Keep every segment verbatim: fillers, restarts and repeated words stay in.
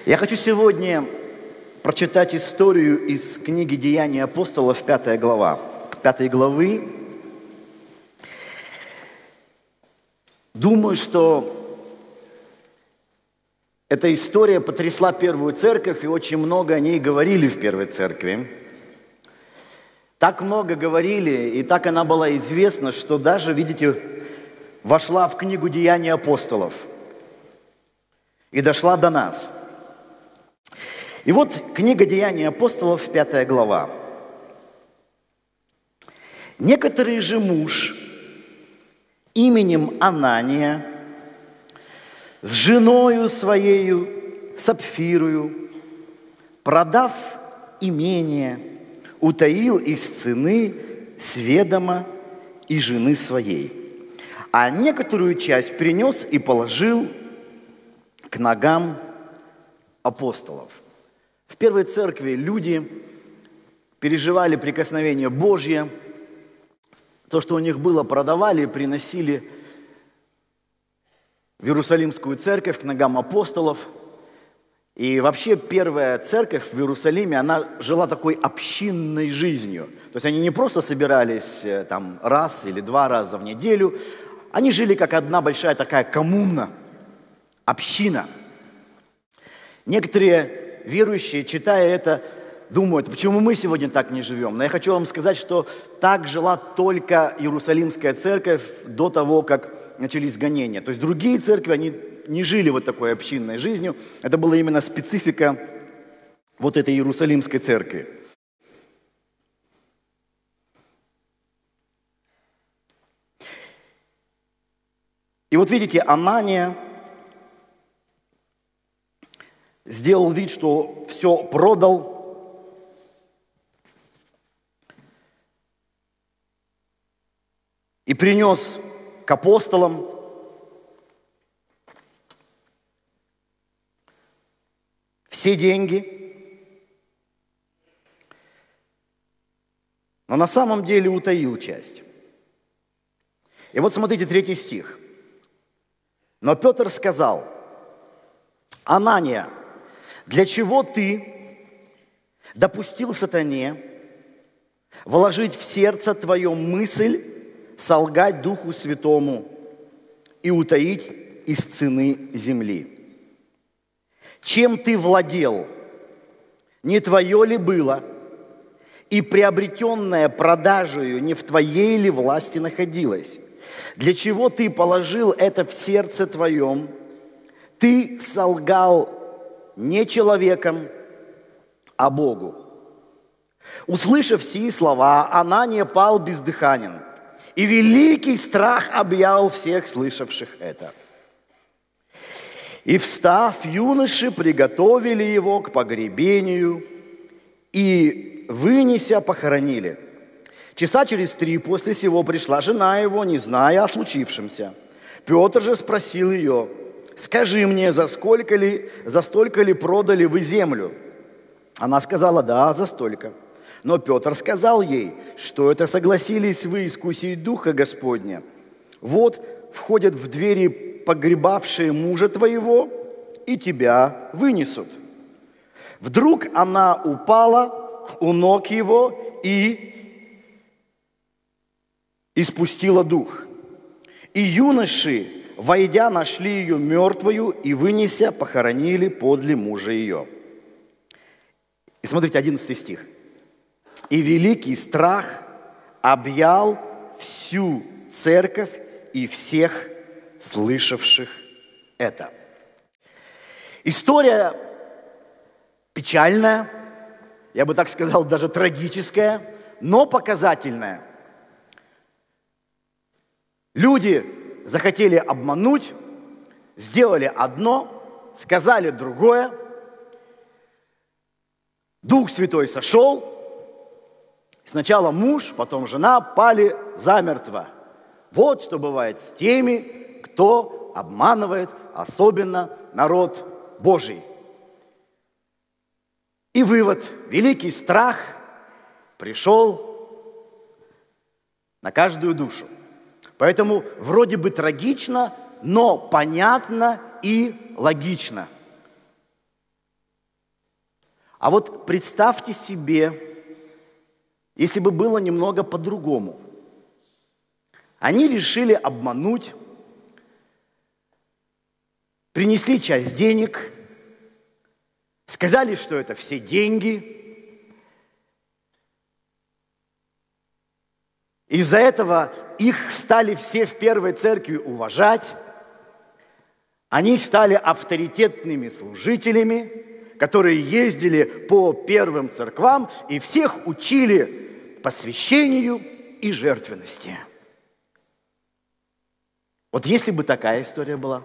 Я хочу сегодня прочитать историю из книги «Деяния апостолов», пятая глава. Пятой главы. Думаю, что эта история потрясла первую церковь, и очень много о ней говорили в первой церкви. Так много говорили, и так она была известна, что даже, видите, вошла в книгу «Деяния апостолов» и дошла до нас. И вот книга «Деяния апостолов», пятая глава. «Некоторый же муж именем Анания с женою своею Сапфирою, продав имение, утаил из цены с ведома и жены своей, а некоторую часть принес и положил к ногам апостолов». В первой церкви люди переживали прикосновение Божье. То, что у них было, продавали, приносили в Иерусалимскую церковь к ногам апостолов. И вообще первая церковь в Иерусалиме, она жила такой общинной жизнью. То есть они не просто собирались там раз или два раза в неделю, они жили как одна большая такая коммуна, община. Некоторые верующие, читая это, думают, почему мы сегодня так не живем. Но я хочу вам сказать, что так жила только Иерусалимская церковь до того, как начались гонения. То есть другие церкви, они не жили вот такой общинной жизнью. Это была именно специфика вот этой Иерусалимской церкви. И вот видите, Анания сделал вид, что все продал, и принес к апостолам все деньги, но на самом деле утаил часть. И вот смотрите, третий стих. «Но Петр сказал: Анания, для чего ты допустил сатане вложить в сердце твое мысль солгать Духу Святому и утаить из цены земли? Чем ты владел? Не твое ли было? И приобретенное продажею не в твоей ли власти находилось? Для чего ты положил это в сердце твоем? Ты солгал не человеком, а Богу». Услышав сии слова, Анания пал бездыханен, и великий страх объял всех слышавших это. И, встав, юноши приготовили его к погребению и, вынеся, похоронили. Часа через три после сего пришла жена его, не зная о случившемся. Петр же спросил ее: «Скажи мне, за сколько ли, за столько ли продали вы землю?» Она сказала: «Да, за столько». Но Петр сказал ей: «Что это согласились вы искусить Духа Господня? Вот входят в двери погребавшие мужа твоего, и тебя вынесут». Вдруг она упала у ног его и испустила дух. И юноши, войдя, нашли ее мертвую и, вынеся, похоронили подле мужа ее. И смотрите, одиннадцатый стих. «И великий страх объял всю церковь и всех слышавших это». История печальная, я бы так сказал, даже трагическая, но показательная. Люди захотели обмануть, сделали одно, сказали другое. Дух Святой сошел. Сначала муж, потом жена пали замертво. Вот что бывает с теми, кто обманывает, особенно народ Божий. И вывод: великий страх пришел на каждую душу. Поэтому вроде бы трагично, но понятно и логично. А вот представьте себе, если бы было немного по-другому. Они решили обмануть, принесли часть денег, сказали, что это все деньги. Из-за этого их стали все в первой церкви уважать. Они стали авторитетными служителями, которые ездили по первым церквам и всех учили посвящению и жертвенности. Вот если бы такая история была.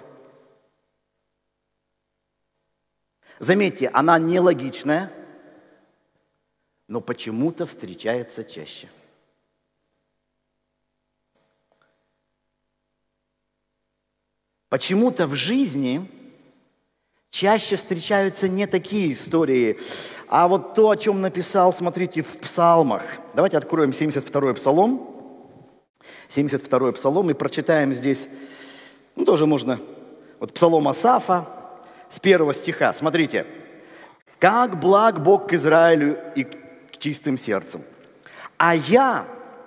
Заметьте, она нелогичная, но почему-то встречается чаще. Почему-то в жизни чаще встречаются не такие истории, а вот то, о чем написал, смотрите, в псалмах. Давайте откроем семьдесят второй псалом. семьдесят второй псалом и прочитаем здесь, ну, тоже можно, вот псалом Асафа с первого стиха. Смотрите. «Как благ Бог к Израилю и к чистым сердцем, а я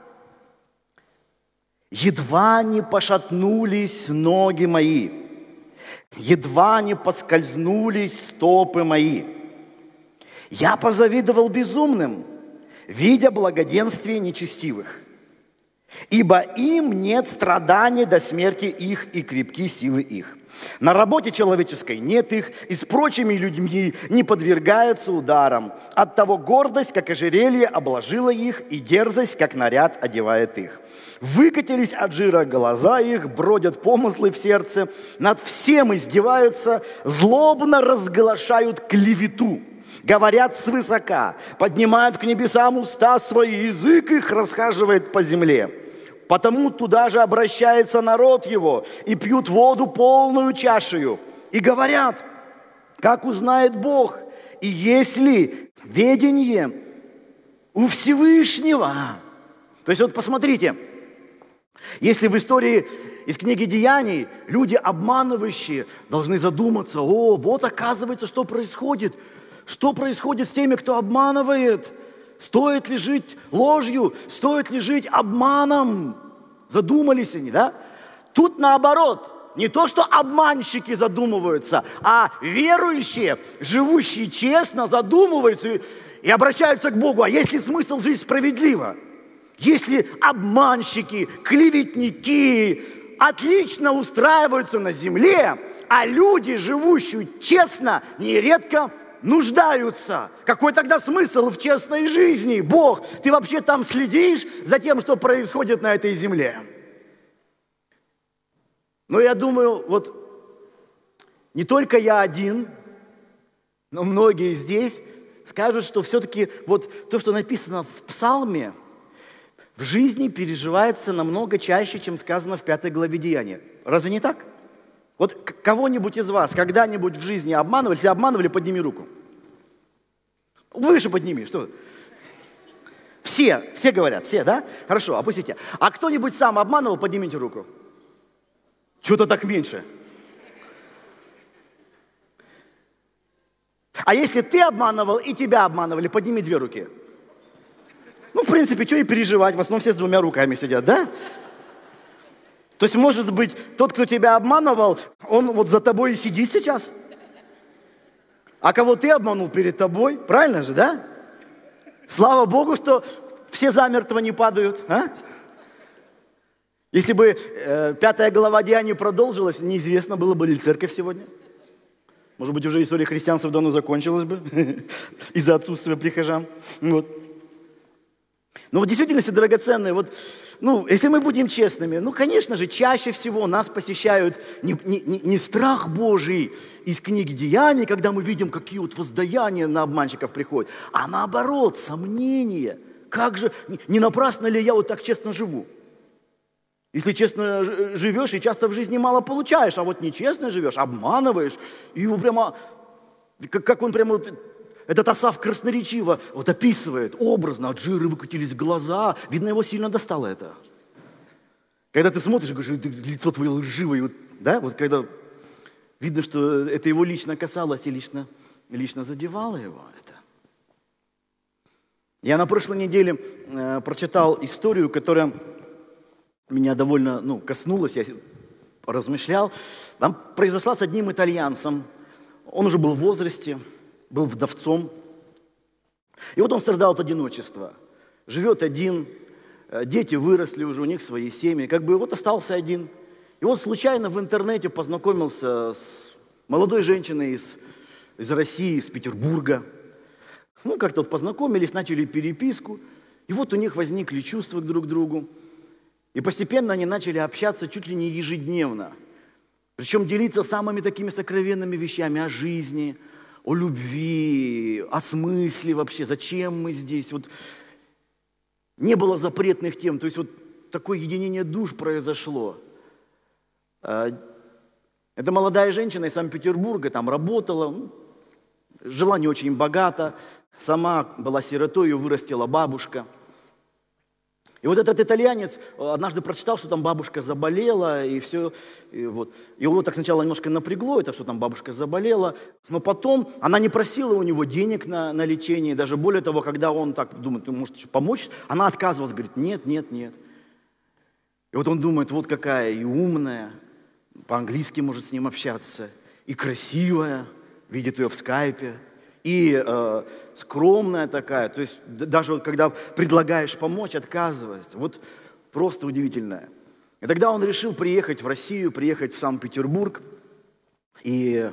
едва не пошатнулись ноги мои, едва не поскользнулись стопы мои. Я позавидовал безумным, видя благоденствие нечестивых. Ибо им нет страданий до смерти их и крепки силы их. На работе человеческой нет их, и с прочими людьми не подвергаются ударам. Оттого гордость, как ожерелье, обложила их, и дерзость, как наряд, одевает их. Выкатились от жира глаза их, бродят помыслы в сердце, над всем издеваются, злобно разглашают клевету. Говорят свысока, поднимают к небесам уста свои, язык их расхаживает по земле. Потому туда же обращается народ его, и пьют воду полную чашею. И говорят, как узнает Бог, и есть ли ведение у Всевышнего. То есть вот посмотрите, если в истории из книги Деяний люди, обманывающие, должны задуматься, о, вот оказывается, что происходит. Что происходит с теми, кто обманывает? Стоит ли жить ложью? Стоит ли жить обманом? Задумались они, да? Тут наоборот. Не то, что обманщики задумываются, а верующие, живущие честно, задумываются и, и обращаются к Богу. А есть ли смысл жить справедливо? Если обманщики, клеветники отлично устраиваются на земле, а люди, живущие честно, нередко нуждаются. Какой тогда смысл в честной жизни? Бог, ты вообще там следишь за тем, что происходит на этой земле? Но я думаю, вот не только я один, но многие здесь скажут, что все-таки вот то, что написано в Псалме, в жизни переживается намного чаще, чем сказано в пятой главе Деяния. Разве не так? Вот кого-нибудь из вас когда-нибудь в жизни обманывали? Если обманывали, подними руку. Выше подними, что? Все, все говорят, все, да? Хорошо, опустите. А кто-нибудь сам обманывал, поднимите руку. Что-то так меньше. А если ты обманывал и тебя обманывали, подними две руки. Ну, в принципе, что и переживать, в основном все с двумя руками сидят, да? То есть, может быть, тот, кто тебя обманывал, он вот за тобой и сидит сейчас. А кого ты обманул перед тобой, правильно же, да? Слава Богу, что все замертво не падают, а? Если бы э, пятая глава Деяний продолжилась, неизвестно, было бы ли церковь сегодня. Может быть, уже история христианства давно закончилась бы из-за отсутствия прихожан. Вот. Но в действительности, драгоценные, вот, ну, если мы будем честными, ну, конечно же, чаще всего нас посещают не, не, не страх Божий из книги Деяний, когда мы видим, какие вот воздаяния на обманщиков приходят, а наоборот, сомнения. Как же, не напрасно ли я вот так честно живу? Если честно живешь и часто в жизни мало получаешь, а вот нечестно живешь, обманываешь, и его прямо, как он прямо... Этот Асаф красноречиво вот описывает, образно, от жира выкатились глаза. Видно, его сильно достало это. Когда ты смотришь, говоришь, лицо твое лживое, вот, да, вот когда видно, что это его лично касалось и лично, лично задевало его это. Я на прошлой неделе э, прочитал историю, которая меня довольно ну, коснулась, я размышлял. Там произошла с одним итальянцем. Он уже был в возрасте, был вдовцом. И вот он страдал от одиночества. Живет один, дети выросли уже, у них свои семьи. Как бы вот остался один. И вот случайно в интернете познакомился с молодой женщиной из, из России, из Петербурга. Ну, как-то вот познакомились, начали переписку. И вот у них возникли чувства друг к другу. И постепенно они начали общаться чуть ли не ежедневно. Причем делиться самыми такими сокровенными вещами о жизни, о любви, о смысле вообще, зачем мы здесь. Вот не было запретных тем, то есть вот такое единение душ произошло. Это молодая женщина из Санкт-Петербурга, там работала, жила не очень богато, сама была сиротой, ее вырастила бабушка. И вот этот итальянец однажды прочитал, что там бабушка заболела, и все. И вот. Его так сначала немножко напрягло, это что там бабушка заболела, но потом она не просила у него денег на, на лечение, даже более того, когда он так думает, ну, может помочь, она отказывалась, говорит, нет, нет, нет. И вот он думает, вот какая и умная, по-английски может с ним общаться, и красивая, видит ее в скайпе, и э, скромная такая, то есть даже вот, когда предлагаешь помочь, отказывается. Вот просто удивительное. И тогда он решил приехать в Россию, приехать в Санкт-Петербург. И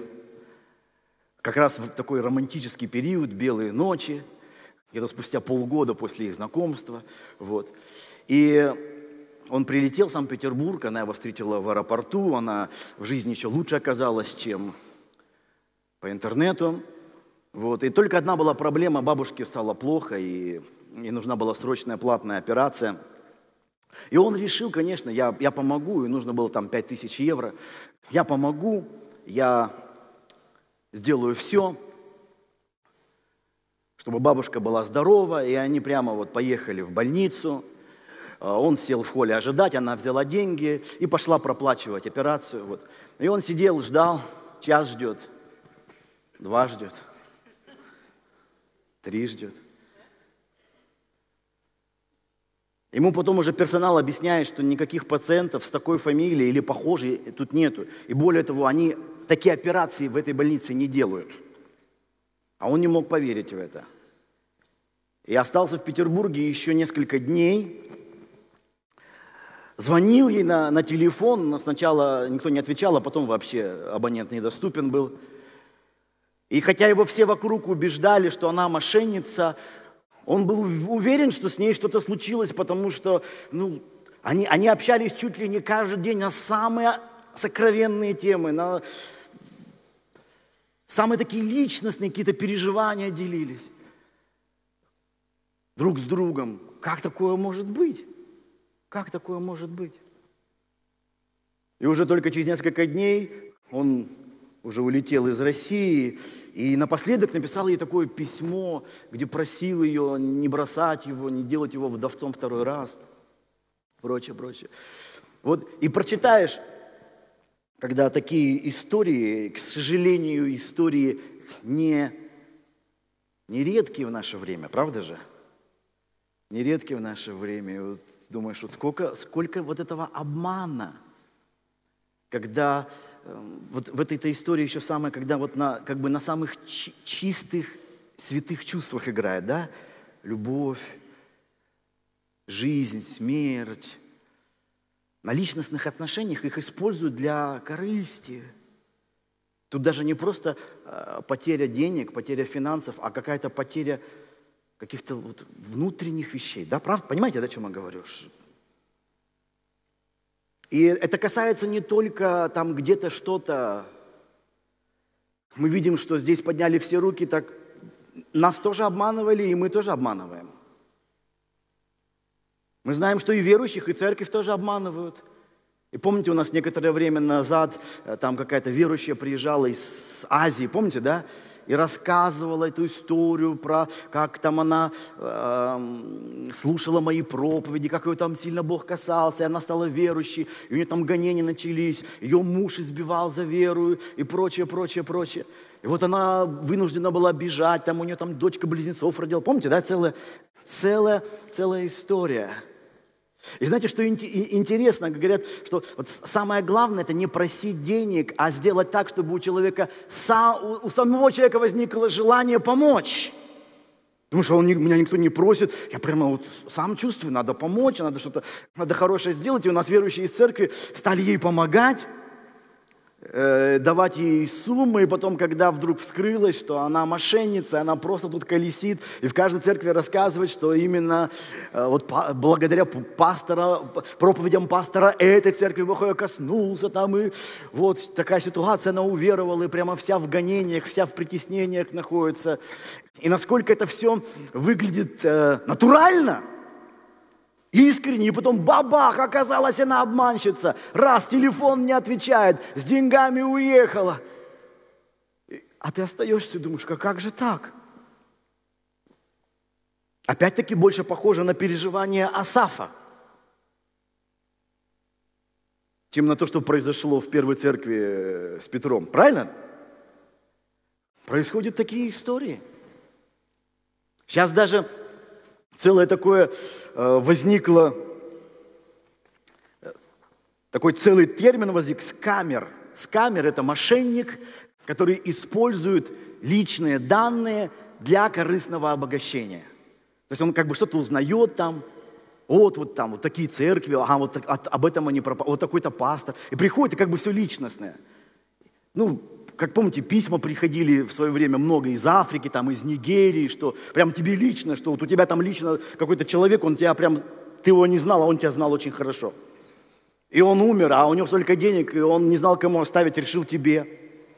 как раз в такой романтический период, белые ночи, где-то спустя полгода после их знакомства. Вот. И он прилетел в Санкт-Петербург, она его встретила в аэропорту, она в жизни еще лучше оказалась, чем по интернету. Вот. И только одна была проблема, бабушке стало плохо, и, и нужна была срочная платная операция. И он решил, конечно, я, я помогу, и нужно было там пять тысяч евро. Я помогу, я сделаю все, чтобы бабушка была здорова, и они прямо вот поехали в больницу. Он сел в холле ожидать, она взяла деньги и пошла проплачивать операцию. Вот. И он сидел, ждал, час ждет, два ждет. Три ждет. Ему потом уже персонал объясняет, что никаких пациентов с такой фамилией или похожей тут нету. И более того, они такие операции в этой больнице не делают. А он не мог поверить в это. И остался в Петербурге еще несколько дней. Звонил ей на, на телефон, но сначала никто не отвечал, а потом вообще абонент недоступен был. И хотя его все вокруг убеждали, что она мошенница, он был уверен, что с ней что-то случилось, потому что ну, они, они общались чуть ли не каждый день на самые сокровенные темы, на самые такие личностные какие-то переживания делились друг с другом. Как такое может быть? Как такое может быть? И уже только через несколько дней он уже улетел из России, и напоследок написал ей такое письмо, где просил ее не бросать его, не делать его вдовцом второй раз, прочее, прочее. Вот, и прочитаешь, когда такие истории, к сожалению, истории не, не редкие в наше время, правда же? Не редкие в наше время. Вот, думаешь, вот сколько, сколько вот этого обмана, когда вот в этой, этой истории еще самое, когда вот на, как бы на самых чи- чистых, святых чувствах играет, да? Любовь, жизнь, смерть. На личностных отношениях их используют для корысти. Тут даже не просто э, потеря денег, потеря финансов, а какая-то потеря каких-то вот внутренних вещей. Да, правда? Понимаете, да, о чем я говорю? И это касается не только там где-то что-то. Мы видим, что здесь подняли все руки, так нас тоже обманывали, и мы тоже обманываем. Мы знаем, что и верующих, и церковь тоже обманывают. И помните, у нас некоторое время назад там какая-то верующая приезжала из Азии, помните, да? и рассказывала эту историю про, как там она э, слушала мои проповеди, как ее там сильно Бог касался, и она стала верующей, и у нее там гонения начались, ее муж избивал за веру и прочее, прочее, прочее. И вот она вынуждена была бежать, там у нее там дочка близнецов родила. Помните, да, целая, целая, целая история. И знаете, что интересно, говорят, что вот самое главное – это не просить денег, а сделать так, чтобы у человека, у самого человека возникло желание помочь. Потому что он, меня никто не просит, я прямо вот сам чувствую, надо помочь, надо что-то, надо хорошее сделать. И у нас верующие из церкви стали ей помогать, давать ей суммы, и потом, когда вдруг вскрылось, что она мошенница, она просто тут колесит, и в каждой церкви рассказывает, что именно вот благодаря пастора, проповедям пастора этой церкви Бог ее коснулся, там и вот такая ситуация, она уверовала, и прямо вся в гонениях, вся в притеснениях находится. И насколько это все выглядит э, натурально, искренне, и потом бабах, оказалась она обманщица. Раз телефон не отвечает, с деньгами уехала. А ты остаешься и думаешь, как, как же так? Опять-таки больше похоже на переживание Асафа, чем на то, что произошло в первой церкви с Петром. Правильно? Происходят такие истории. Сейчас даже целое такое э, возникло, такой целый термин возник, скамер. Скамер – это мошенник, который использует личные данные для корыстного обогащения. То есть он как бы что-то узнает там, вот, вот там, вот такие церкви, ага, вот от, об этом они пропали, вот такой-то пастор. И приходит, и как бы все личностное. Ну, как помните, письма приходили в свое время много из Африки, там, из Нигерии, что прям тебе лично, что вот у тебя там лично какой-то человек, он тебя прям, ты его не знал, а он тебя знал очень хорошо. И он умер, а у него столько денег, и он не знал, кому оставить, решил тебе.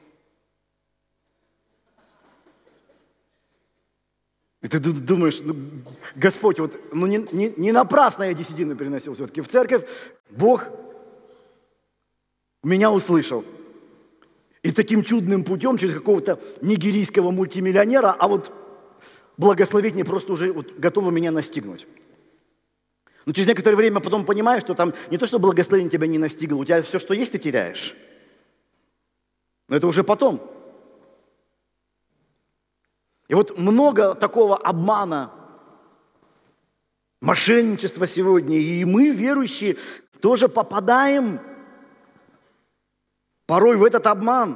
И ты думаешь, ну, Господь, вот, ну не, не, не напрасно я десятину переносил все-таки в церковь, Бог меня услышал. И таким чудным путем, через какого-то нигерийского мультимиллионера, а вот благословить не просто уже вот, готово меня настигнуть. Но через некоторое время потом понимаешь, что там не то, что благословение тебя не настигло, у тебя все, что есть, ты теряешь. Но это уже потом. И вот много такого обмана, мошенничества сегодня, и мы, верующие, тоже попадаем порой в этот обман.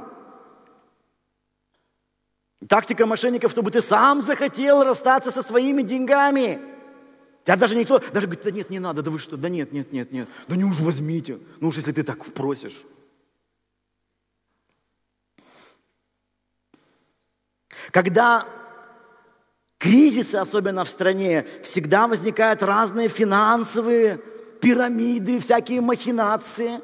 Тактика мошенников, чтобы ты сам захотел расстаться со своими деньгами. Тебя даже никто, даже говорит, да нет, не надо, да вы что, да нет, нет, нет, нет. Да не уж возьмите, ну уж если ты так просишь. Когда кризисы, особенно в стране, всегда возникают разные финансовые пирамиды, всякие махинации.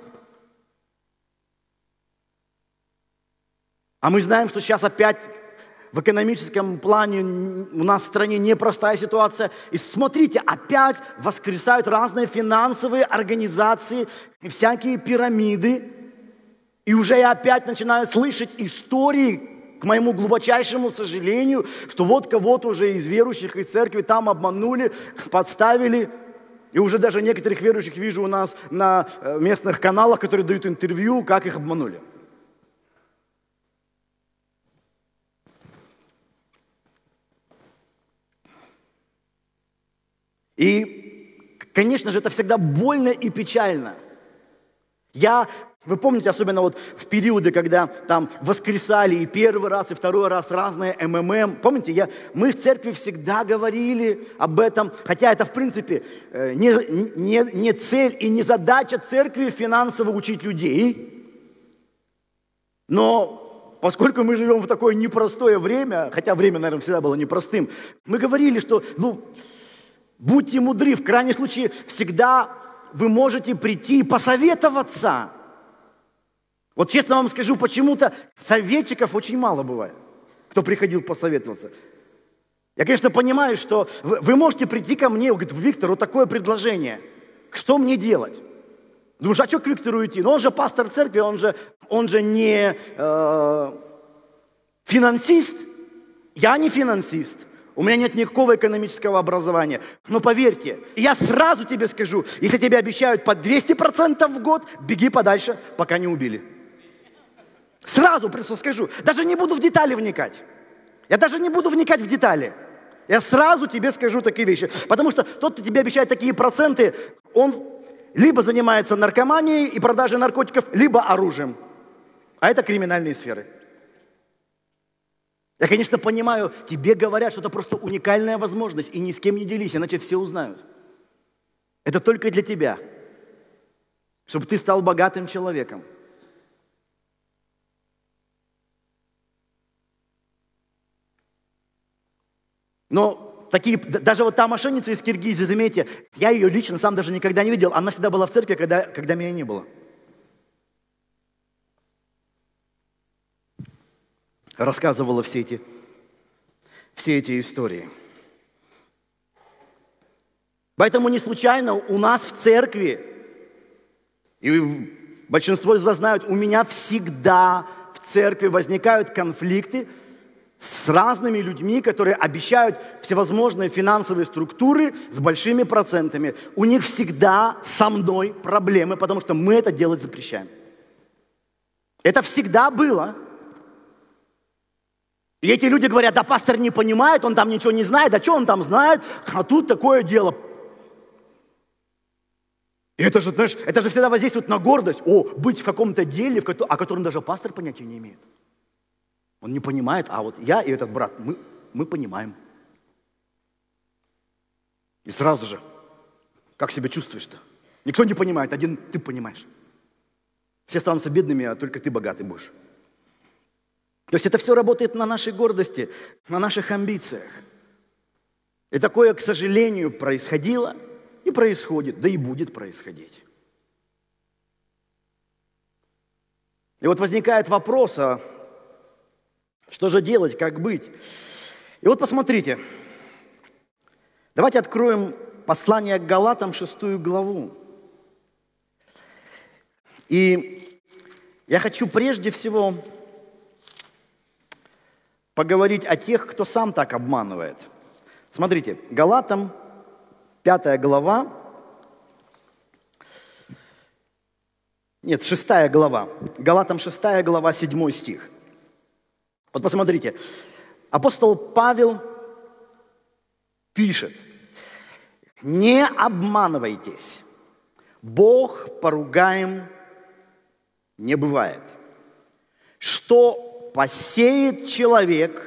А мы знаем, что сейчас опять в экономическом плане у нас в стране непростая ситуация. И смотрите, опять воскресают разные финансовые организации, и всякие пирамиды. И уже я опять начинаю слышать истории, к моему глубочайшему сожалению, что вот кого-то уже из верующих из церкви там обманули, подставили. И уже даже некоторых верующих вижу у нас на местных каналах, которые дают интервью, как их обманули. И, конечно же, это всегда больно и печально. Я, вы помните, особенно вот в периоды, когда там воскресали и первый раз, и второй раз разные эм эм эм. Помните, я, мы в церкви всегда говорили об этом, хотя это, в принципе, не, не, не цель и не задача церкви финансово учить людей. Но поскольку мы живем в такое непростое время, хотя время, наверное, всегда было непростым, мы говорили, что, ну, будьте мудры, в крайнем случае всегда вы можете прийти и посоветоваться. Вот честно вам скажу, почему-то советчиков очень мало бывает, кто приходил посоветоваться. Я, конечно, понимаю, что вы, вы можете прийти ко мне и говорить, Виктор, вот такое предложение, что мне делать? Думаешь, а что к Виктору идти? Ну, он же пастор церкви, он же, он же не э, финансист. Я не финансист, у меня нет никакого экономического образования. Но поверьте, я сразу тебе скажу, если тебе обещают по двести процентов в год, беги подальше, пока не убили. Сразу просто скажу. Даже не буду в детали вникать. Я даже не буду вникать в детали. Я сразу тебе скажу такие вещи. Потому что тот, кто тебе обещает такие проценты, он либо занимается наркоманией и продажей наркотиков, либо оружием. А это криминальные сферы. Я, конечно, понимаю, тебе говорят, что это просто уникальная возможность, и ни с кем не делись, иначе все узнают. Это только для тебя, чтобы ты стал богатым человеком. Но такие, даже вот та мошенница из Киргизии, заметьте, я ее лично сам даже никогда не видел, она всегда была в церкви, когда, когда меня не было. Рассказывала все эти, все эти истории. Поэтому не случайно у нас в церкви, и большинство из вас знают, у меня всегда в церкви возникают конфликты с разными людьми, которые обещают всевозможные финансовые структуры с большими процентами. У них всегда со мной проблемы, потому что мы это делать запрещаем. Это всегда было. И эти люди говорят, да пастор не понимает, он там ничего не знает, да что он там знает, а тут такое дело. И это же, знаешь, это же всегда воздействует на гордость. О, быть в каком-то деле, в ко- о котором даже пастор понятия не имеет. Он не понимает, а вот я и этот брат, мы, мы понимаем. И сразу же, как себя чувствуешь-то? Никто не понимает, один ты понимаешь. Все станутся бедными, а только ты богатый будешь. То есть это все работает на нашей гордости, на наших амбициях. И такое, к сожалению, происходило и происходит, да и будет происходить. И вот возникает вопрос, а что же делать, как быть? И вот посмотрите, давайте откроем послание к Галатам, шестую главу. И я хочу прежде всего поговорить о тех, кто сам так обманывает. Смотрите, Галатам, пятая глава, нет, шестая глава, Галатам шестая глава, седьмой стих. Вот посмотрите, апостол Павел пишет, не обманывайтесь, Бог поругаем не бывает. Что посеет человек,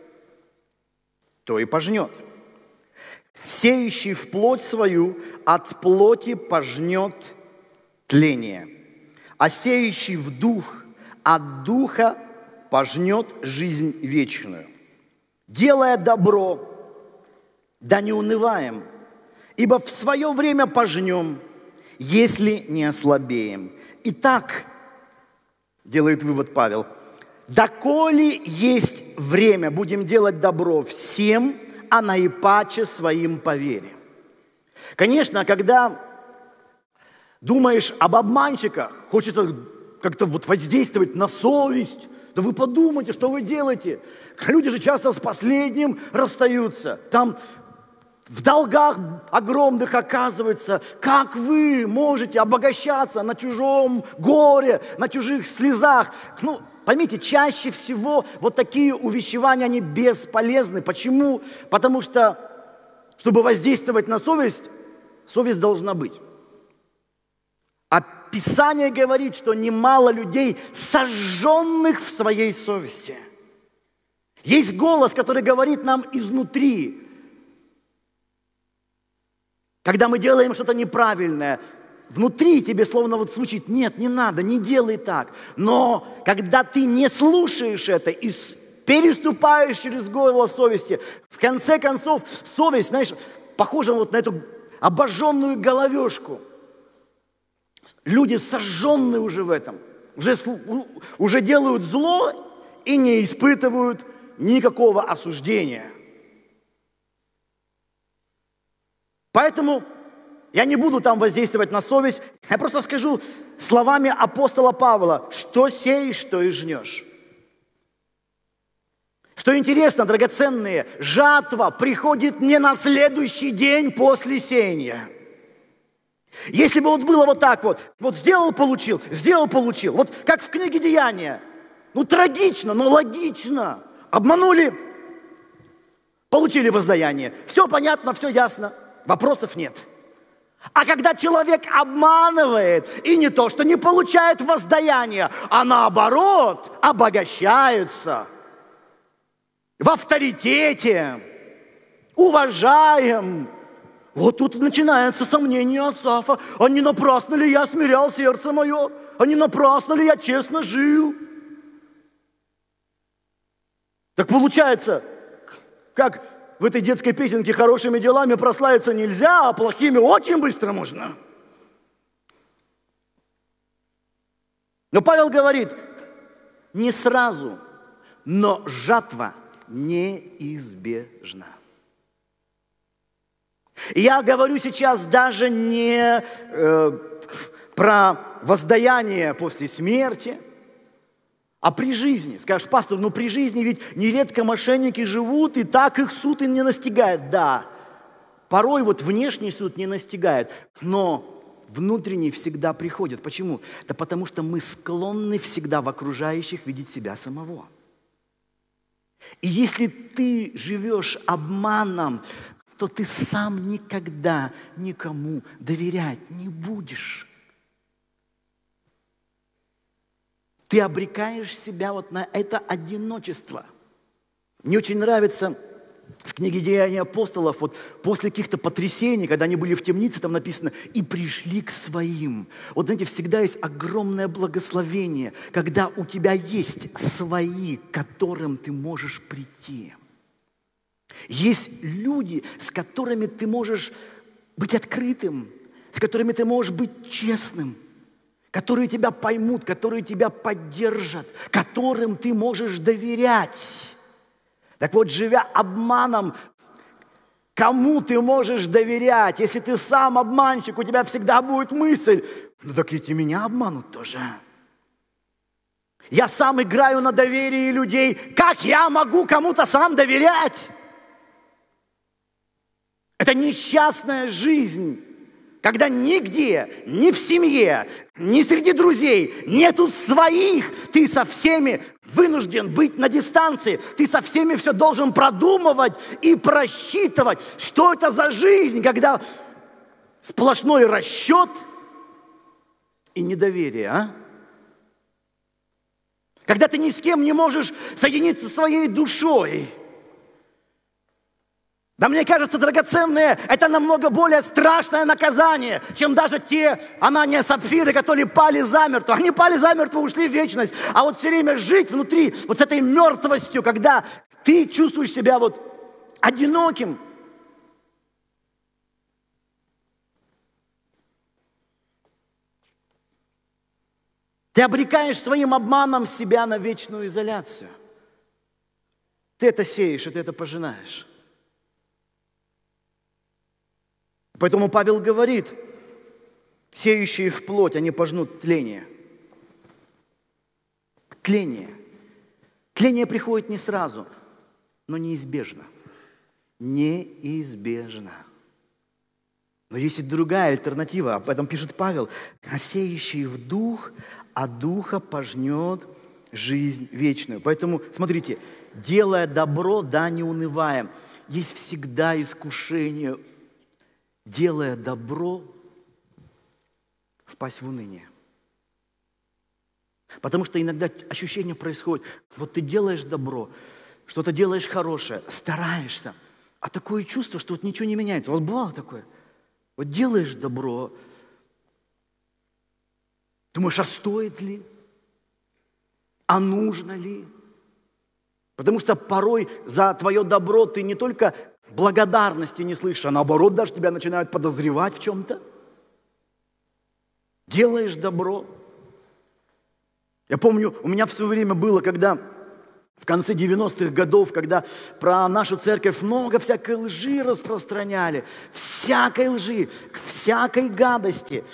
то и пожнет. Сеющий в плоть свою от плоти пожнет тление, а сеющий в дух от духа пожнет жизнь вечную. Делая добро, да не унываем, ибо в свое время пожнем, если не ослабеем. Итак, делает вывод Павел, доколе есть время, будем делать добро всем, а наипаче своим по вере. Конечно, когда думаешь об обманщиках, хочется как-то вот воздействовать на совесть. Да вы подумайте, что вы делаете. Люди же часто с последним расстаются. Там в долгах огромных оказывается. Как вы можете обогащаться на чужом горе, на чужих слезах? Ну, поймите, чаще всего вот такие увещевания, они бесполезны. Почему? Потому что, чтобы воздействовать на совесть, совесть должна быть. А Писание говорит, что немало людей, сожженных в своей совести. Есть голос, который говорит нам изнутри. Когда мы делаем что-то неправильное, внутри тебе словно вот звучит, нет, не надо, не делай так. Но когда ты не слушаешь это и переступаешь через голос совести, в конце концов, совесть, знаешь, похожа вот на эту обожженную головешку. Люди сожженные уже в этом, уже, уже делают зло и не испытывают никакого осуждения. Поэтому я не буду там воздействовать на совесть, я просто скажу словами апостола Павла, что сеешь, то и жнешь. Что интересно, драгоценные, жатва приходит не на следующий день после сеяния. Если бы вот было вот так вот, вот сделал, получил, сделал, получил, вот как в книге Деяния. Ну трагично, но логично. Обманули, получили воздаяние. Все понятно, все ясно, вопросов нет. А когда человек обманывает, и не то, что не получает воздаяние, а наоборот, обогащается в авторитете, уважаем. Вот тут начинается сомнение Асафа. А не напрасно ли я смирял сердце мое? А не напрасно ли я честно жил? Так получается, как в этой детской песенке хорошими делами прославиться нельзя, а плохими очень быстро можно. Но Павел говорит, не сразу, но жатва неизбежна. И я говорю сейчас даже не э, про воздаяние после смерти, а при жизни. Скажешь, пастор, ну при жизни ведь нередко мошенники живут, и так их суд и не настигает. Да, порой вот внешний суд не настигает, но внутренний всегда приходит. Почему? Да потому что мы склонны всегда в окружающих видеть себя самого. И если ты живешь обманом, то ты сам никогда никому доверять не будешь. Ты обрекаешь себя вот на это одиночество. Мне очень нравится в книге «Деяния апостолов», вот после каких-то потрясений, когда они были в темнице, там написано «и пришли к своим». Вот знаете, всегда есть огромное благословение, когда у тебя есть свои, к которым ты можешь прийти. Есть люди, с которыми ты можешь быть открытым, с которыми ты можешь быть честным, которые тебя поймут, которые тебя поддержат, которым ты можешь доверять. Так вот, живя обманом, кому ты можешь доверять? Если ты сам обманщик, у тебя всегда будет мысль, ну так ведь и меня обманут тоже. Я сам играю на доверии людей. Как я могу кому-то сам доверять? Это несчастная жизнь, когда нигде, ни в семье, ни среди друзей нету своих. Ты со всеми вынужден быть на дистанции. Ты со всеми все должен продумывать и просчитывать. Что это за жизнь, когда сплошной расчет и недоверие, а? Когда ты ни с кем не можешь соединиться своей душой. Да мне кажется, драгоценные, это намного более страшное наказание, чем даже те Анания, Сапфиры, которые пали замертво. Они пали замертво, ушли в вечность. А вот все время жить внутри, вот с этой мертвостью, когда ты чувствуешь себя вот одиноким. Ты обрекаешь своим обманом себя на вечную изоляцию. Ты это сеешь, и ты это пожинаешь. Поэтому Павел говорит, сеющие в плоть, они пожнут тление. Тление. Тление приходит не сразу, но неизбежно. Неизбежно. Но есть и другая альтернатива, об этом пишет Павел. А сеющий в дух, а духа пожнет жизнь вечную. Поэтому, смотрите, делая добро, да, не унываем. Есть всегда искушение, делая добро, впасть в уныние. Потому что иногда ощущение происходит, вот ты делаешь добро, что-то делаешь хорошее, стараешься, а такое чувство, что вот ничего не меняется. Вот бывало такое. Вот делаешь добро, думаешь, а стоит ли? А нужно ли? Потому что порой за твое добро ты не только благодарности не слышишь, а наоборот даже тебя начинают подозревать в чем-то. Делаешь добро. Я помню, у меня в свое время было, когда в конце девяностых годов, когда про нашу церковь много всякой лжи распространяли, всякой лжи, всякой гадости,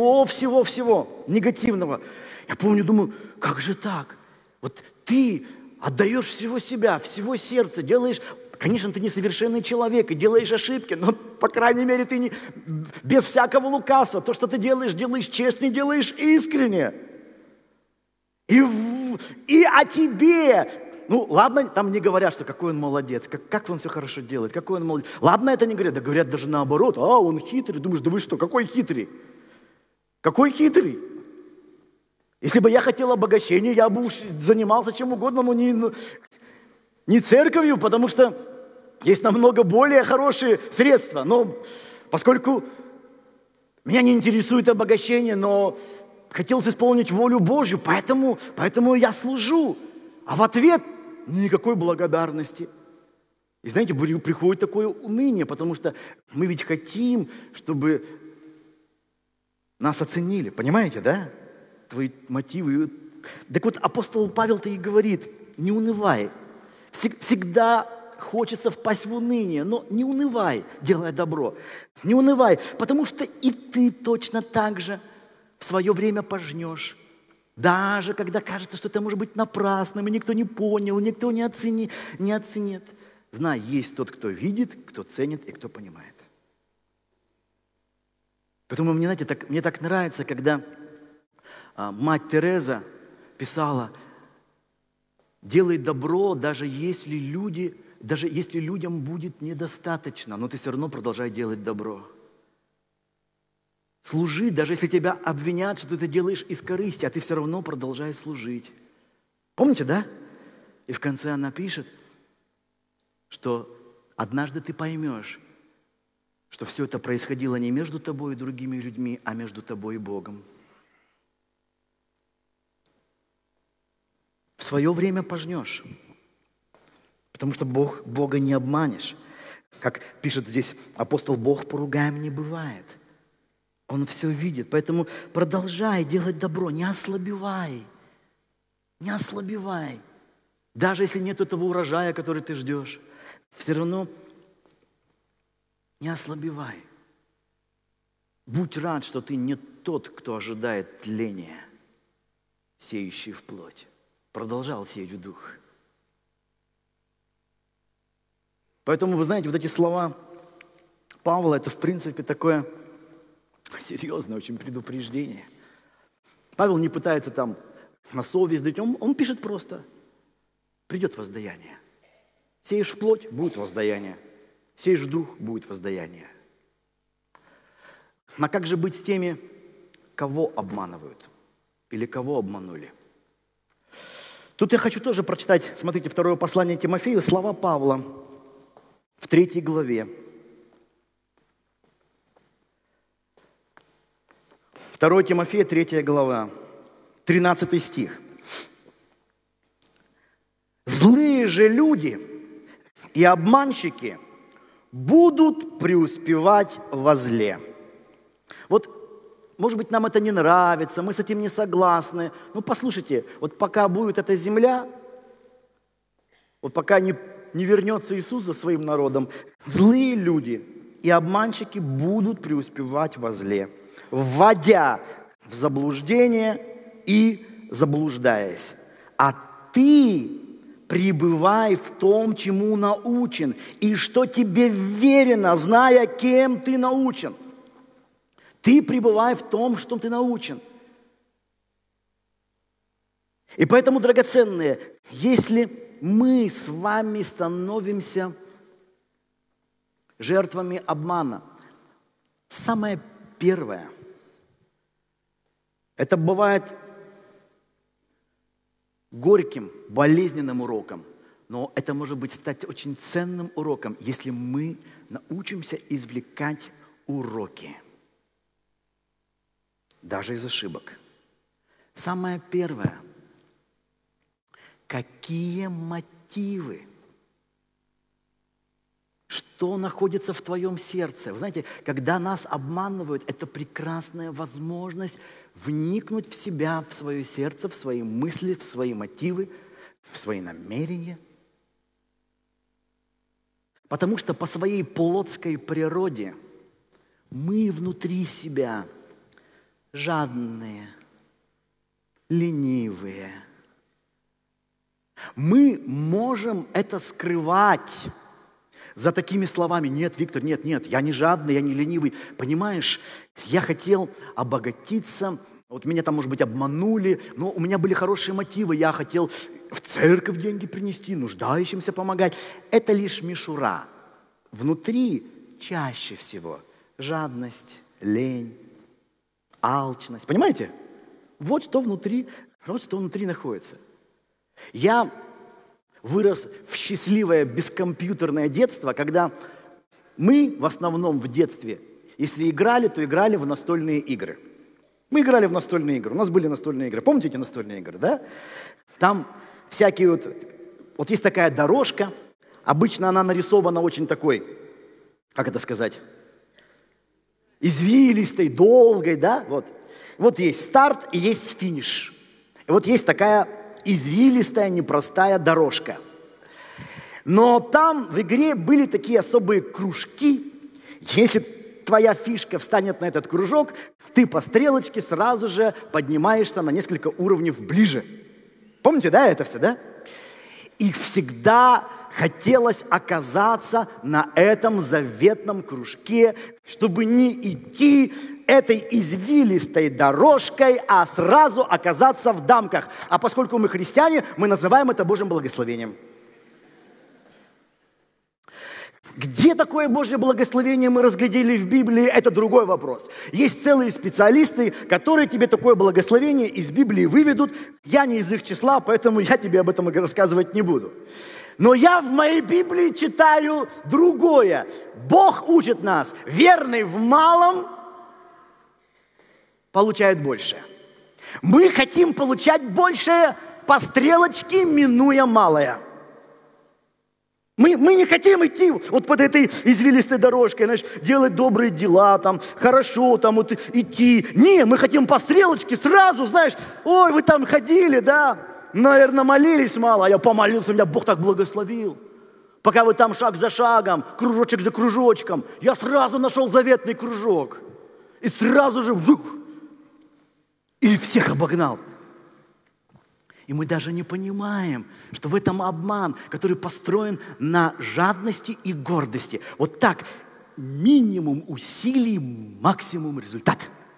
всего-всего-всего негативного. Я помню, думаю, как же так? Вот ты отдаешь всего себя, всего сердца, делаешь... Конечно, ты несовершенный человек и делаешь ошибки, но, по крайней мере, ты не, без всякого лукавства. То, что ты делаешь, делаешь честно, делаешь искренне. И, в, и о тебе. Ну, ладно, там не говорят, что какой он молодец, как, как он все хорошо делает, какой он молодец. Ладно, это не говорят, да говорят даже наоборот. А, он хитрый. Думаешь, да вы что, какой хитрый? Какой хитрый? Если бы я хотел обогащения, я бы уж занимался чем угодно, но не, не церковью, потому что есть намного более хорошие средства. Но поскольку меня не интересует обогащение, но хотелось исполнить волю Божью, поэтому, поэтому я служу. А в ответ никакой благодарности. И знаете, приходит такое уныние, потому что мы ведь хотим, чтобы нас оценили. Понимаете, да? Твои мотивы. Так вот, апостол Павел-то и говорит, не унывай. Всегда хочется впасть в уныние, но не унывай, делая добро. Не унывай, потому что и ты точно так же в свое время пожнешь. Даже когда кажется, что это может быть напрасным, и никто не понял, никто не, оцени, не оценит. Знай, есть тот, кто видит, кто ценит и кто понимает. Поэтому мне, знаете, так, мне так нравится, когда а, мать Тереза писала, делай добро, даже если люди, даже если людям будет недостаточно, но ты все равно продолжай делать добро. Служи, даже если тебя обвинят, что ты это делаешь из корысти, а ты все равно продолжай служить. Помните, да? И в конце она пишет, что однажды ты поймешь, что все это происходило не между тобой и другими людьми, а между тобой и Богом. В свое время пожнешь, потому что Бог, Бога не обманешь. Как пишет здесь апостол, Бог поругаем не бывает. Он все видит, поэтому продолжай делать добро, не ослабевай, не ослабевай. Даже если нет этого урожая, который ты ждешь, все равно не ослабевай. Будь рад, что ты не тот, кто ожидает тления, сеющий в плоть. Продолжал сеять в дух. Поэтому, вы знаете, вот эти слова Павла, это, в принципе, такое серьезное очень предупреждение. Павел не пытается там на совесть дать, он, он пишет просто, придет воздаяние. Сеешь в плоть, будет воздаяние. Сеешь в дух, будет воздаяние. А как же быть с теми, кого обманывают? Или кого обманули? Тут я хочу тоже прочитать, смотрите, второе послание Тимофею, слова Павла в третьей главе. второе Тимофея, третья глава, тринадцатый стих. «Злые же люди и обманщики будут преуспевать во зле». Вот, может быть, нам это не нравится, мы с этим не согласны. Но послушайте, вот пока будет эта земля, вот пока не, не вернется Иисус за своим народом, злые люди и обманщики будут преуспевать во зле, вводя в заблуждение и заблуждаясь. А ты пребывай в том, чему научен, и что тебе верено, зная, кем ты научен. Ты пребывай в том, что ты научен. И поэтому, драгоценные, если мы с вами становимся жертвами обмана, самое первое, это бывает горьким, болезненным уроком, но это может быть стать очень ценным уроком, если мы научимся извлекать уроки. Даже из ошибок. Самое первое. Какие мотивы? Что находится в твоем сердце? Вы знаете, когда нас обманывают, это прекрасная возможность вникнуть в себя, в свое сердце, в свои мысли, в свои мотивы, в свои намерения. Потому что по своей плотской природе мы внутри себя жадные, ленивые. Мы можем это скрывать за такими словами. Нет, Виктор, нет, нет, я не жадный, я не ленивый. Понимаешь, я хотел обогатиться, вот меня там, может быть, обманули, но у меня были хорошие мотивы, я хотел в церковь деньги принести, нуждающимся помогать. Это лишь мишура. Внутри чаще всего жадность, лень, алчность. Понимаете? Вот что внутри, вот что внутри находится. Я вырос в счастливое бескомпьютерное детство, когда мы в основном в детстве, если играли, то играли в настольные игры. Мы играли в настольные игры, у нас были настольные игры. Помните эти настольные игры, да? Там всякие вот... Вот есть такая дорожка, обычно она нарисована очень такой, как это сказать, извилистой, долгой, да? Вот. Вот есть старт и есть финиш. И вот есть такая извилистая, непростая дорожка. Но там в игре были такие особые кружки. Если твоя фишка встанет на этот кружок, ты по стрелочке сразу же поднимаешься на несколько уровней ближе. Помните, да, это все, да? И всегда хотелось оказаться на этом заветном кружке, чтобы не идти этой извилистой дорожкой, а сразу оказаться в дамках. А поскольку мы христиане, мы называем это Божьим благословением. Где такое Божье благословение мы разглядели в Библии, это другой вопрос. Есть целые специалисты, которые тебе такое благословение из Библии выведут. Я не из их числа, поэтому я тебе об этом рассказывать не буду. Но я в моей Библии читаю другое. Бог учит нас, верный в малом получает больше. Мы хотим получать большее по стрелочке, минуя малое. Мы, мы не хотим идти вот под этой извилистой дорожкой, знаешь, делать добрые дела, там, хорошо там вот идти. Не, мы хотим по стрелочке сразу, знаешь, ой, вы там ходили, да, наверное, молились мало, а я помолился, меня Бог так благословил. Пока вы там шаг за шагом, кружочек за кружочком, я сразу нашел заветный кружок. И сразу же, вух, и всех обогнал. И мы даже не понимаем, что в этом обман, который построен на жадности и гордости. Вот так, минимум усилий, максимум результат.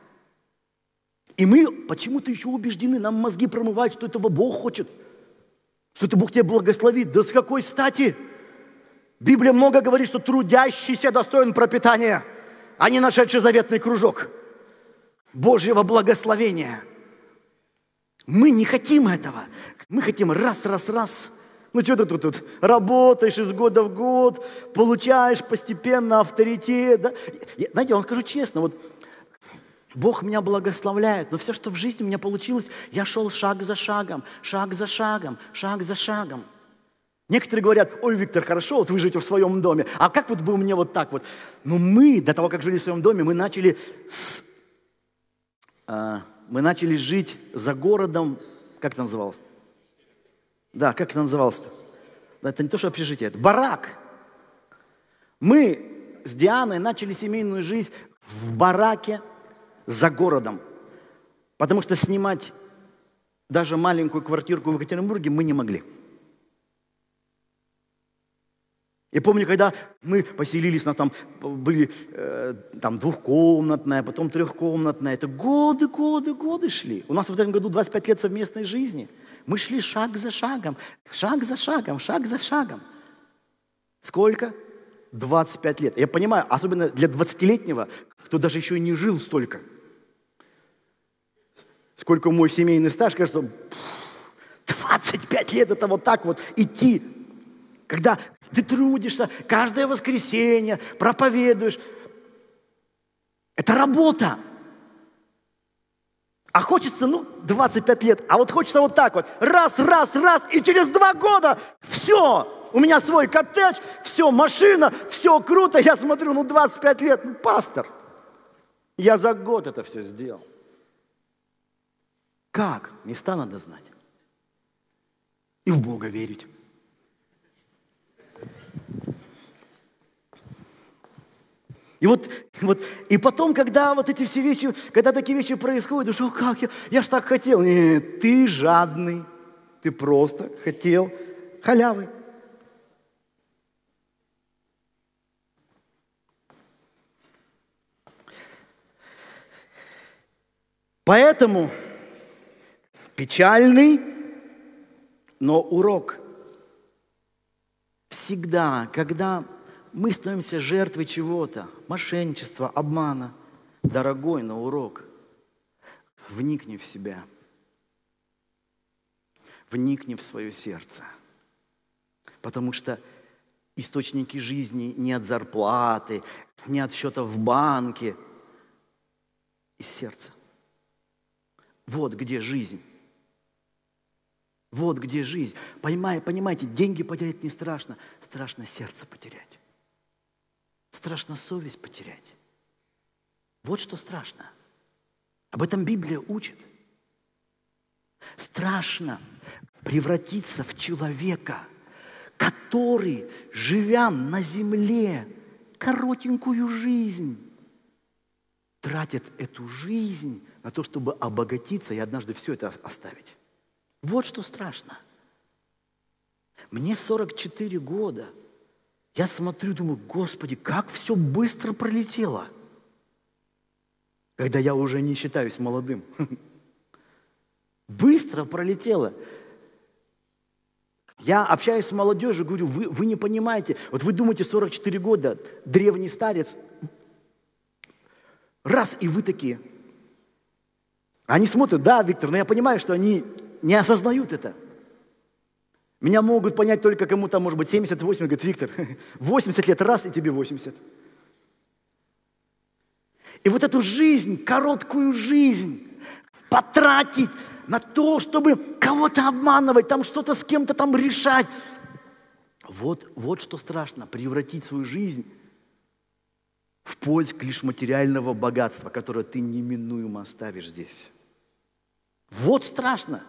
И мы почему-то еще убеждены, нам мозги промывают, что этого Бог хочет, что это Бог тебя благословит. Да с какой стати? Библия много говорит, что трудящийся достоин пропитания, а не нашедший заветный кружок Божьего благословения. Мы не хотим этого. Мы хотим раз, раз, раз. Ну что ты тут, тут работаешь из года в год, получаешь постепенно авторитет. Да? Я, знаете, я вам скажу честно, вот Бог меня благословляет, но все, что в жизни у меня получилось, я шел шаг за шагом, шаг за шагом, шаг за шагом. Некоторые говорят, ой, Виктор, хорошо, вот вы живете в своем доме, а как вот бы у меня вот так вот? Но мы, до того, как жили в своем доме, мы начали с... А, Мы начали жить за городом, как это называлось? Да, как это называлось-то? Да, это не то, что общежитие, это барак. Мы с Дианой начали семейную жизнь в бараке за городом, потому что снимать даже маленькую квартирку в Екатеринбурге мы не могли. Я помню, когда мы поселились, на там были э, там двухкомнатная, потом трехкомнатная. Это годы, годы, годы шли. У нас в этом году двадцать пять лет совместной жизни. Мы шли шаг за шагом, шаг за шагом, шаг за шагом. Сколько? двадцать пять лет. Я понимаю, особенно для двадцатилетнего, кто даже еще и не жил столько. Сколько мой семейный стаж, кажется, двадцать пять лет это вот так вот идти. Когда ты трудишься, каждое воскресенье проповедуешь. Это работа. А хочется, ну, двадцать пять лет, а вот хочется вот так вот. Раз, раз, раз, и через два года все. У меня свой коттедж, все, машина, все круто. Я смотрю, ну, двадцать пять лет, ну, пастор. Я за год это все сделал. Как? Места надо знать. И в Бога верить. И вот, вот, и потом, когда вот эти все вещи, когда такие вещи происходят, думаешь, о, как я, я ж так хотел. Нет, ты жадный, Ты просто хотел халявы. Поэтому печальный, но урок. Всегда, когда мы становимся жертвой чего-то, мошенничества, обмана, дорогой, но урок, вникни в себя, вникни в свое сердце. Потому что источники жизни не от зарплаты, не от счета в банке, из сердца. Вот где жизнь. Вот где жизнь. Понимаете, понимаете, деньги потерять не страшно. Страшно сердце потерять. Страшно совесть потерять. Вот что страшно. Об этом Библия учит. Страшно превратиться в человека, который, живя на земле коротенькую жизнь, тратит эту жизнь на то, чтобы обогатиться и однажды все это оставить. Вот что страшно. Мне сорок четыре года. Я смотрю, думаю, Господи, как все быстро пролетело. Когда я уже не считаюсь молодым. Быстро пролетело. Я общаюсь с молодежью, говорю, вы, вы не понимаете. Вот вы думаете, сорок четыре года, древний старец. Раз, и вы такие. Они смотрят, да, Виктор, но я понимаю, что они не осознают это. Меня могут понять только кому-то, может быть, семьдесят восемь, говорит, Виктор, восемьдесят лет, раз, и тебе восемьдесят. И вот эту жизнь, короткую жизнь, потратить на то, чтобы кого-то обманывать, там что-то с кем-то там решать. Вот, вот что страшно, превратить свою жизнь в поиск лишь материального богатства, которое ты неминуемо оставишь здесь. Вот страшно.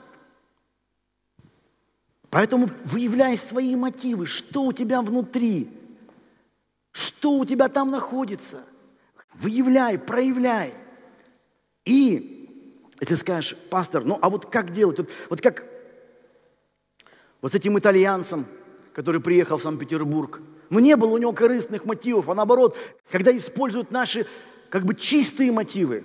Поэтому выявляй свои мотивы, что у тебя внутри, что у тебя там находится. Выявляй, проявляй. И если скажешь, пастор, ну а вот как делать? Вот, вот как вот с этим итальянцем, который приехал в Санкт-Петербург. Ну не было у него корыстных мотивов, а наоборот, когда используют наши как бы чистые мотивы.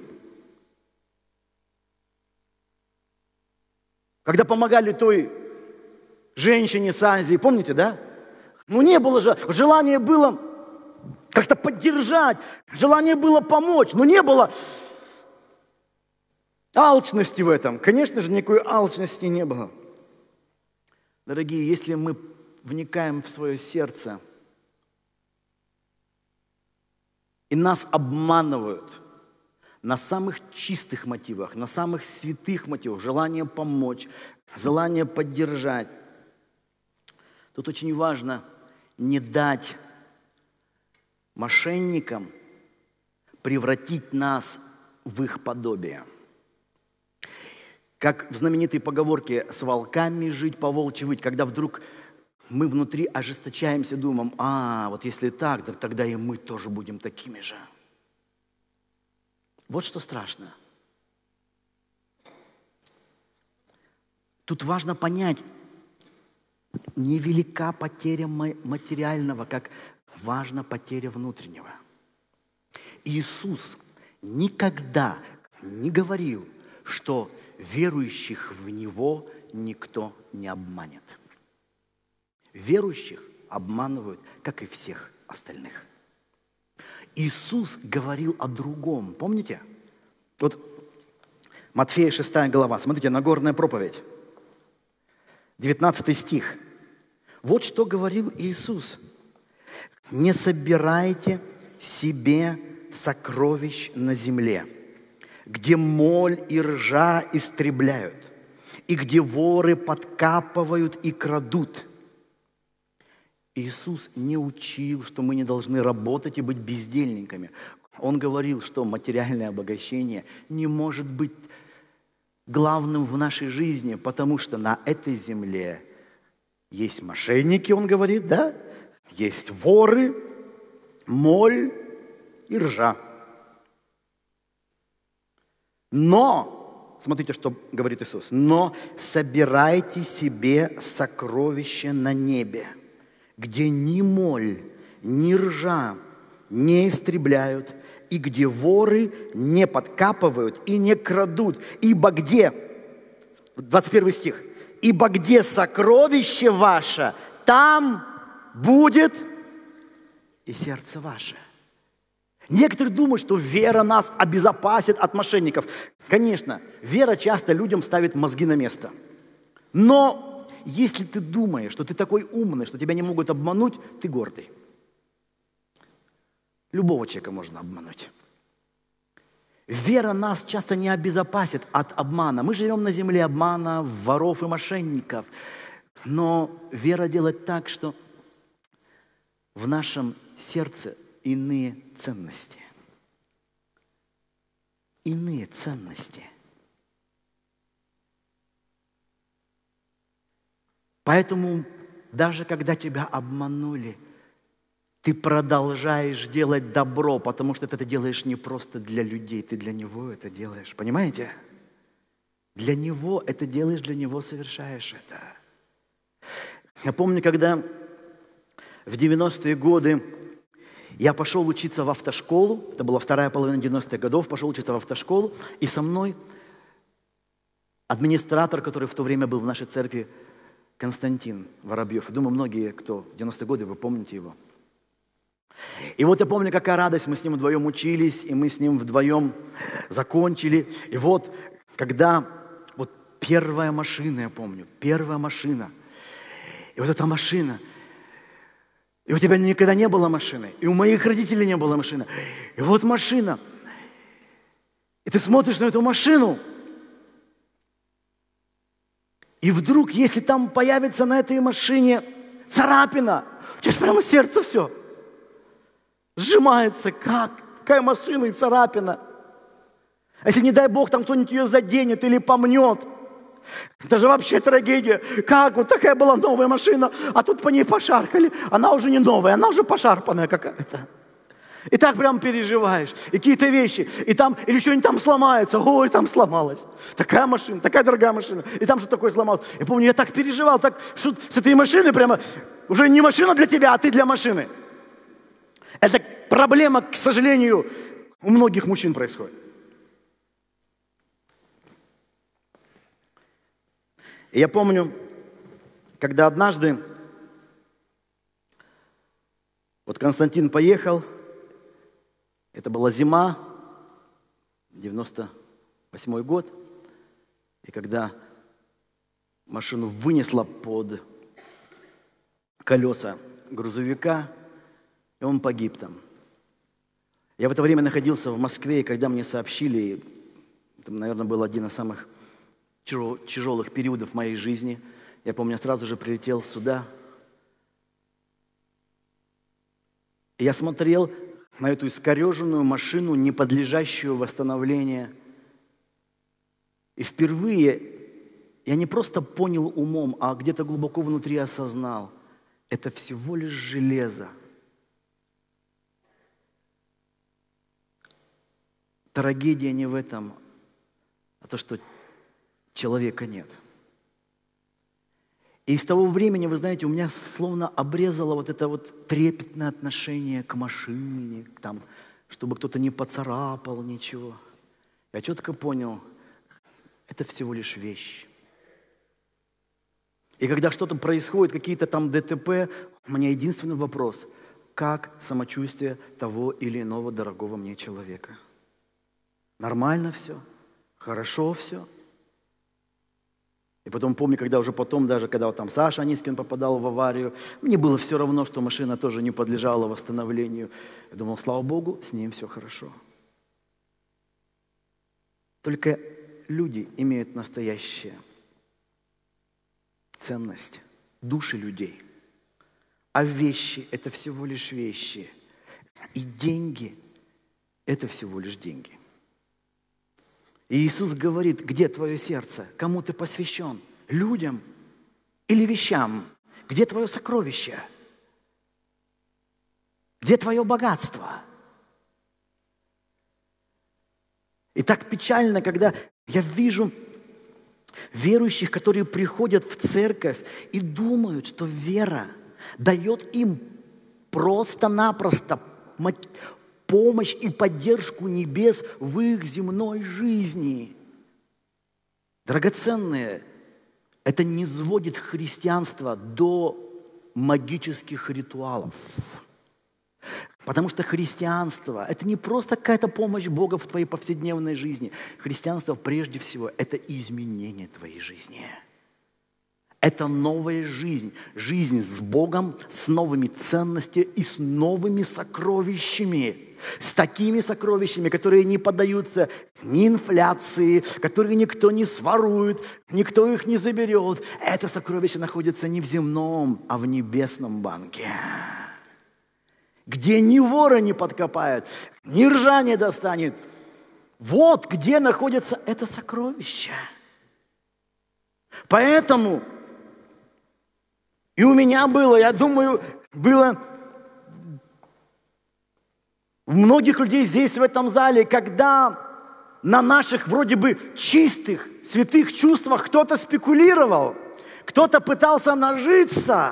Когда помогали той женщине с Азии, помните, да? Ну не было же, желание было как-то поддержать, желание было помочь, но не было алчности в этом. Конечно же, никакой алчности не было. Дорогие, если мы вникаем в свое сердце, и нас обманывают на самых чистых мотивах, на самых святых мотивах, желание помочь, желание поддержать, тут очень важно не дать мошенникам превратить нас в их подобие. Как в знаменитой поговорке «с волками жить, по волчьи выть», когда вдруг мы внутри ожесточаемся, думаем, а, вот если так, так тогда и мы тоже будем такими же. Вот что страшно. Тут важно понять, невелика потеря материального, как важна потеря внутреннего. Иисус никогда не говорил, что верующих в Него никто не обманет. Верующих обманывают, как и всех остальных. Иисус говорил о другом. Помните? Вот Матфея шестая глава. Смотрите, Нагорная проповедь. девятнадцатый стих. Вот что говорил Иисус. «Не собирайте себе сокровищ на земле, где моль и ржа истребляют, и где воры подкапывают и крадут». Иисус не учил, что мы не должны работать и быть бездельниками. Он говорил, что материальное обогащение не может быть главным в нашей жизни, потому что на этой земле есть мошенники, он говорит, да? Есть воры, моль и ржа. Но смотрите, что говорит Иисус, но собирайте себе сокровища на небе, где ни моль, ни ржа не истребляют, и где воры не подкапывают и не крадут. Ибо где, двадцать первый стих, ибо где сокровище ваше, там будет и сердце ваше. Некоторые думают, что вера нас обезопасит от мошенников. Конечно, вера часто людям ставит мозги на место. Но если ты думаешь, что ты такой умный, что тебя не могут обмануть, ты гордый. Любого человека можно обмануть. Вера нас часто не обезопасит от обмана. Мы живем на земле обмана, воров и мошенников. Но вера делает так, что в нашем сердце иные ценности. Иные ценности. Поэтому даже когда тебя обманули, ты продолжаешь делать добро, потому что ты это делаешь не просто для людей, ты для Него это делаешь. Понимаете? Для Него это делаешь, для Него совершаешь это. Я помню, когда в девяностые годы я пошел учиться в автошколу, это была вторая половина девяностых годов, пошел учиться в автошколу, и со мной администратор, который в то время был в нашей церкви, Константин Воробьев. Думаю, многие, кто в девяностые годы, вы помните его. И вот я помню, какая радость, мы с ним вдвоем учились, и мы с ним вдвоем закончили. И вот, когда вот первая машина, я помню, первая машина, и вот эта машина, и у тебя никогда не было машины, и у моих родителей не было машины, и вот машина, и ты смотришь на эту машину, и вдруг, если там появится на этой машине царапина, у тебя же прямо сердце все сжимается, как? Какая машина и царапина. А если, не дай Бог, там кто-нибудь ее заденет или помнет, это же вообще трагедия. Как? Вот такая была новая машина, а тут по ней пошаркали. Она уже не новая, она уже пошарпанная какая-то. И так прям переживаешь. И какие-то вещи. И там, или что-нибудь там сломается. Ой, там сломалось. Такая машина, такая дорогая машина. И там что-то такое сломалось. Я помню, я так переживал, так, что с этой машины прямо уже не машина для тебя, а ты для машины. Это проблема, к сожалению, у многих мужчин происходит. И я помню, когда однажды вот Константин поехал, это была зима, девяносто восьмой год, и когда машину вынесло под колеса грузовика, и он погиб там. Я в это время находился в Москве, и когда мне сообщили, это, наверное, был один из самых тяжелых периодов в моей жизни, я помню, я сразу же прилетел сюда. И я смотрел на эту искореженную машину, не подлежащую восстановлению. И впервые я не просто понял умом, а где-то глубоко внутри осознал, это всего лишь железо. Трагедия не в этом, а то, что человека нет. И с того времени, вы знаете, у меня словно обрезало вот это вот трепетное отношение к машине, там, чтобы кто-то не поцарапал, ничего. Я четко понял, это всего лишь вещь. И когда что-то происходит, какие-то там ДТП, у меня единственный вопрос, как самочувствие того или иного дорогого мне человека? Нормально все? Хорошо все? И потом помню, когда уже потом, даже когда вот там Саша Анискин попадал в аварию, мне было все равно, что машина тоже не подлежала восстановлению. Я думал, слава Богу, с ним все хорошо. Только люди имеют настоящую ценность, души людей. А вещи – это всего лишь вещи. И деньги – это всего лишь деньги. И Иисус говорит, где твое сердце? Кому ты посвящен? Людям или вещам? Где твое сокровище? Где твое богатство? И так печально, когда я вижу верующих, которые приходят в церковь и думают, что вера дает им просто-напросто помощь и поддержку небес в их земной жизни. Драгоценные, это не сводит христианство до магических ритуалов. Потому что христианство – это не просто какая-то помощь Бога в твоей повседневной жизни. Христианство прежде всего – это изменение твоей жизни. Это новая жизнь. Жизнь с Богом, с новыми ценностями и с новыми сокровищами. С такими сокровищами, которые не поддаются ни инфляции, которые никто не сворует, никто их не заберет. Это сокровище находится не в земном, а в небесном банке, где ни вора не подкопают, ни ржа не достанет. Вот где находится это сокровище. Поэтому и у меня было, я думаю, было у многих людей здесь, в этом зале, когда на наших вроде бы чистых, святых чувствах кто-то спекулировал, кто-то пытался нажиться.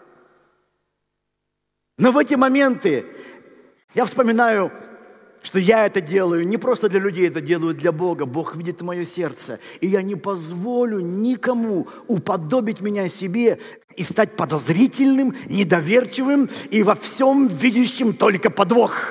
Но в эти моменты я вспоминаю, что я это делаю не просто для людей, это делаю для Бога. Бог видит мое сердце. И я не позволю никому уподобить меня себе и стать подозрительным, недоверчивым и во всем видящим только подвох.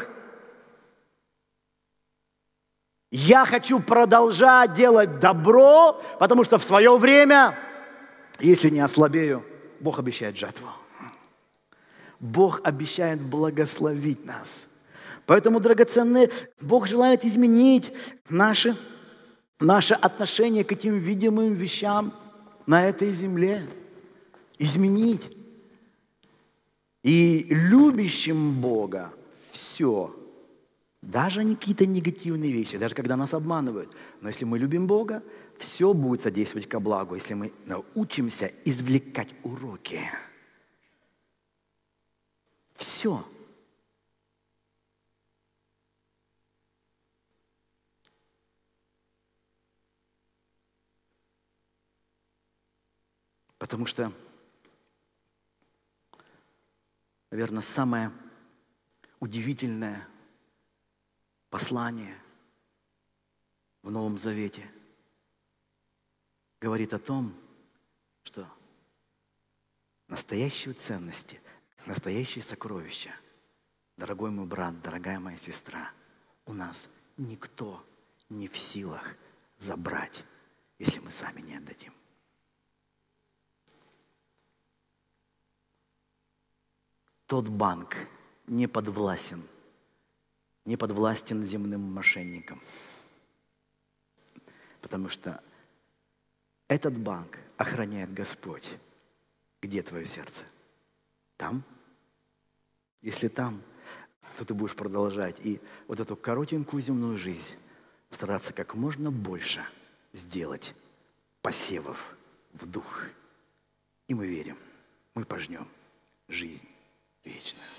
Я хочу продолжать делать добро, потому что в свое время, если не ослабею, Бог обещает жатву. Бог обещает благословить нас. Поэтому, драгоценные, Бог желает изменить наши, наше отношение к этим видимым вещам на этой земле. Изменить. И любящим Бога все, даже какие-то негативные вещи, даже когда нас обманывают. Но если мы любим Бога, все будет содействовать ко благу, если мы научимся извлекать уроки. Все. Потому что, наверное, самое удивительное послание в Новом Завете говорит о том, что настоящие ценности, настоящие сокровища, дорогой мой брат, дорогая моя сестра, у нас никто не в силах забрать, если мы сами не отдадим. Тот банк не подвластен, не подвластен земным мошенникам. Потому что этот банк охраняет Господь. Где твое сердце? Там? Если там, то ты будешь продолжать и вот эту коротенькую земную жизнь стараться как можно больше сделать посевов в дух. И мы верим, мы пожнем жизнь вечную.